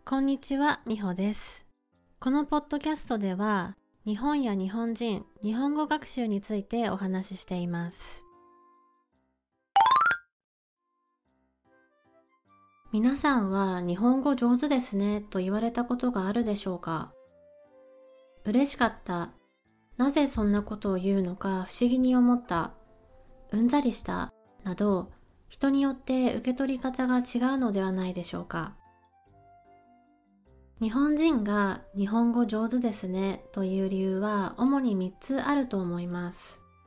こんにちは、みほです。このポッドキャストでは、日本や日本人、日本語学習についてお話ししています。皆さんは日本語上手ですねと言われたことがあるでしょうか？嬉しかった。なぜそんなことを言うのか不思議に思った。うんざりした。など、人によって受け取り方が違うのではないでしょうか。日本人が日本語上手ですねという理由は主に3つあると思います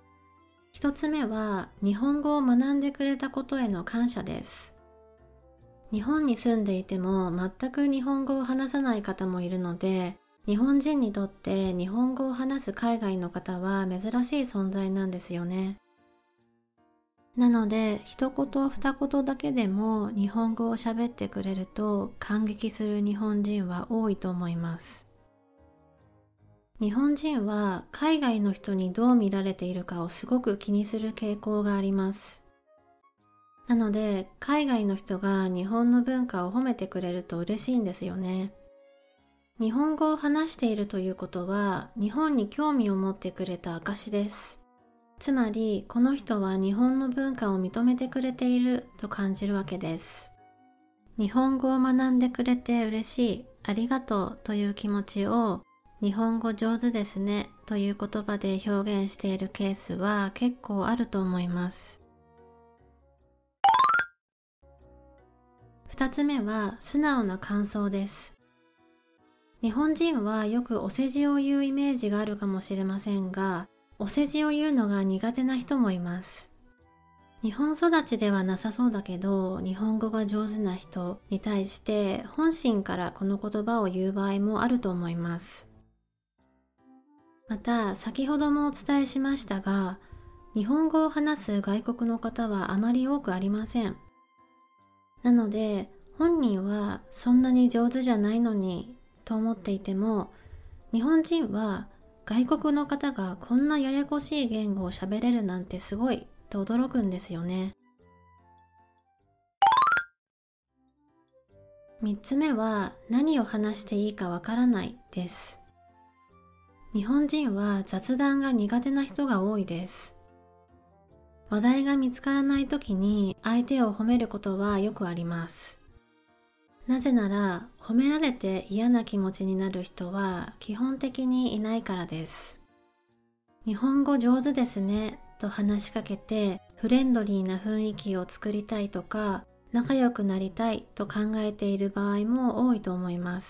。1つ目は日本語を学んでくれたことへの感謝です。日本に住んでいても全く日本語を話さない方もいるので、日本人にとって日本語を話す海外の方は珍しい存在なんですよね。なので、一言二言だけでも日本語を喋ってくれると感激する日本人は多いと思います。日本人は海外の人にどう見られているかをすごく気にする傾向があります。なので、海外の人が日本の文化を褒めてくれると嬉しいんですよね。日本語を話しているということは、日本に興味を持ってくれた証です。つまり、この人は日本の文化を認めてくれていると感じるわけです。日本語を学んでくれて嬉しい、ありがとうという気持ちを、日本語上手ですねという言葉で表現しているケースは結構あると思います。2つ目は素直な感想です。日本人はよくお世辞を言うイメージがあるかもしれませんが、お世辞を言うのが苦手な人もいます。日本育ちではなさそうだけど、日本語が上手な人に対して本心からこの言葉を言う場合もあると思います。また、先ほどもお伝えしましたが、日本語を話す外国の方はあまり多くありません。なので、本人はそんなに上手じゃないのにと思っていても、日本人は外国の方がこんなややこしい言語を喋れるなんてすごいと驚くんですよね。3つ目は何を話していいかわからないです。日本人は雑談が苦手な人が多いです。話題が見つからないときに相手を褒めることはよくあります。なぜなら、褒められて嫌な気持ちになる人は基本的にいないからです。日本語上手ですねと話しかけてフレンドリーな雰囲気を作りたいとか、仲良くなりたいと考えている場合も多いと思います。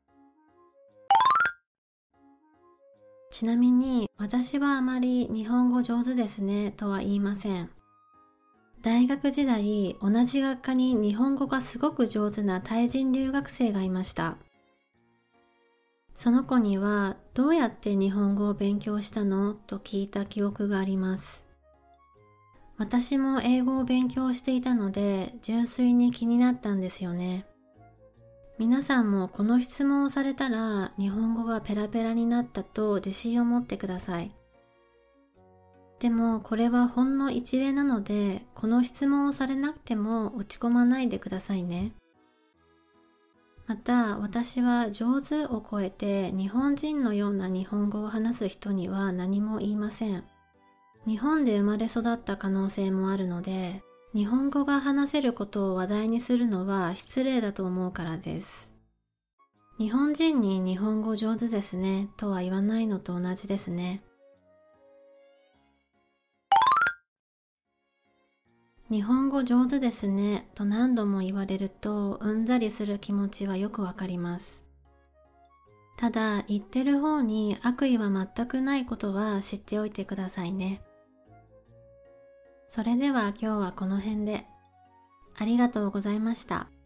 ちなみに、私はあまり日本語上手ですねとは言いません。大学時代、同じ学科に日本語がすごく上手なタイ人留学生がいました。その子には、どうやって日本語を勉強したのと聞いた記憶があります。私も英語を勉強していたので、純粋に気になったんですよね。皆さんもこの質問をされたら、日本語がペラペラになったと自信を持ってください。でもこれはほんの一例なので、この質問をされなくても落ち込まないでくださいね。また、私は上手を超えて日本人のような日本語を話す人には何も言いません。日本で生まれ育った可能性もあるので、日本語が話せることを話題にするのは失礼だと思うからです。日本人に日本語上手ですねとは言わないのと同じですね。日本語上手ですねと何度も言われるとうんざりする気持ちはよくわかります。ただ言ってる方に悪意は全くないことは知っておいてくださいね。それでは今日はこの辺で。ありがとうございました。